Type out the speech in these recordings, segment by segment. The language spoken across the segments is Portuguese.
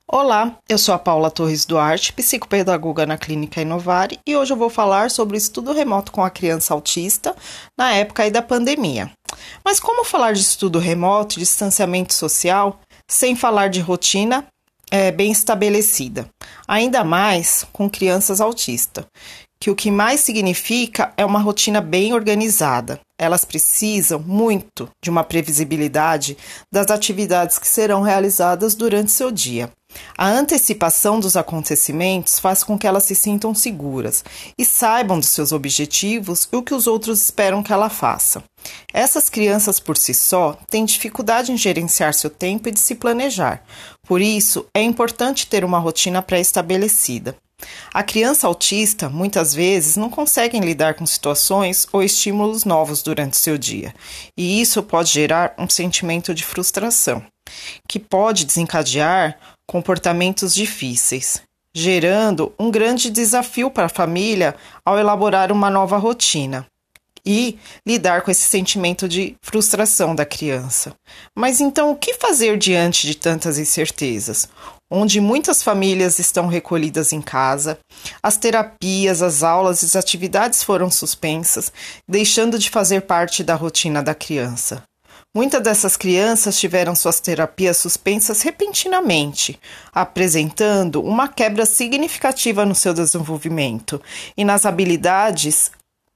Olá, eu sou a Paula Torres Duarte, psicopedagoga na Clínica Inovare, e hoje eu vou falar sobre o estudo remoto com a criança autista na época aí da pandemia. Mas como falar de estudo remoto e distanciamento social sem falar de rotina bem estabelecida? Ainda mais com crianças autistas, que o que mais significa é uma rotina bem organizada. Elas precisam muito de uma previsibilidade das atividades que serão realizadas durante seu dia. A antecipação dos acontecimentos faz com que elas se sintam seguras e saibam dos seus objetivos e o que os outros esperam que ela faça. Essas crianças por si só têm dificuldade em gerenciar seu tempo e de se planejar. Por isso, é importante ter uma rotina pré-estabelecida. A criança autista, muitas vezes, não consegue lidar com situações ou estímulos novos durante seu dia, e isso pode gerar um sentimento de frustração, que pode desencadear comportamentos difíceis, gerando um grande desafio para a família ao elaborar uma nova rotina e lidar com esse sentimento de frustração da criança. Mas então, o que fazer diante de tantas incertezas? Onde muitas famílias estão recolhidas em casa, as terapias, as aulas e as atividades foram suspensas, deixando de fazer parte da rotina da criança. Muitas dessas crianças tiveram suas terapias suspensas repentinamente, apresentando uma quebra significativa no seu desenvolvimento e nas habilidades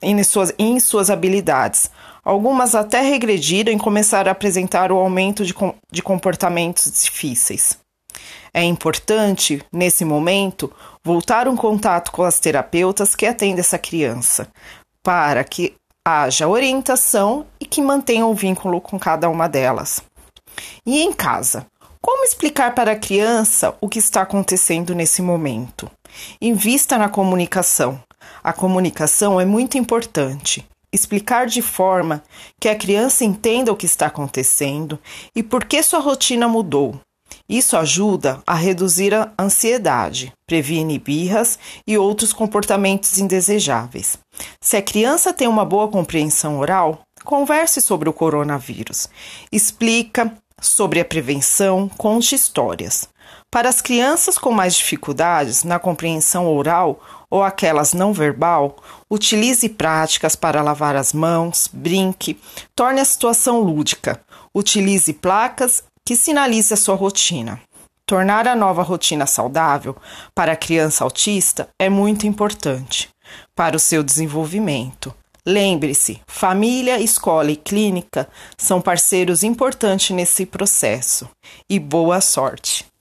em suas habilidades. Algumas até regrediram e começaram a apresentar o aumento de comportamentos difíceis. É importante, nesse momento, voltar um contato com as terapeutas que atendem essa criança, para que haja orientação e que mantenham o vínculo com cada uma delas. E em casa, como explicar para a criança o que está acontecendo nesse momento? Invista na comunicação. A comunicação é muito importante. Explicar de forma que a criança entenda o que está acontecendo e por que sua rotina mudou. Isso ajuda a reduzir a ansiedade, previne birras e outros comportamentos indesejáveis. Se a criança tem uma boa compreensão oral, converse sobre o coronavírus. Explica sobre a prevenção, conte histórias. Para as crianças com mais dificuldades na compreensão oral ou aquelas não verbal, utilize práticas para lavar as mãos, brinque, torne a situação lúdica. Utilize placas que sinalize a sua rotina. Tornar a nova rotina saudável para a criança autista é muito importante para o seu desenvolvimento. Lembre-se, família, escola e clínica são parceiros importantes nesse processo. E boa sorte!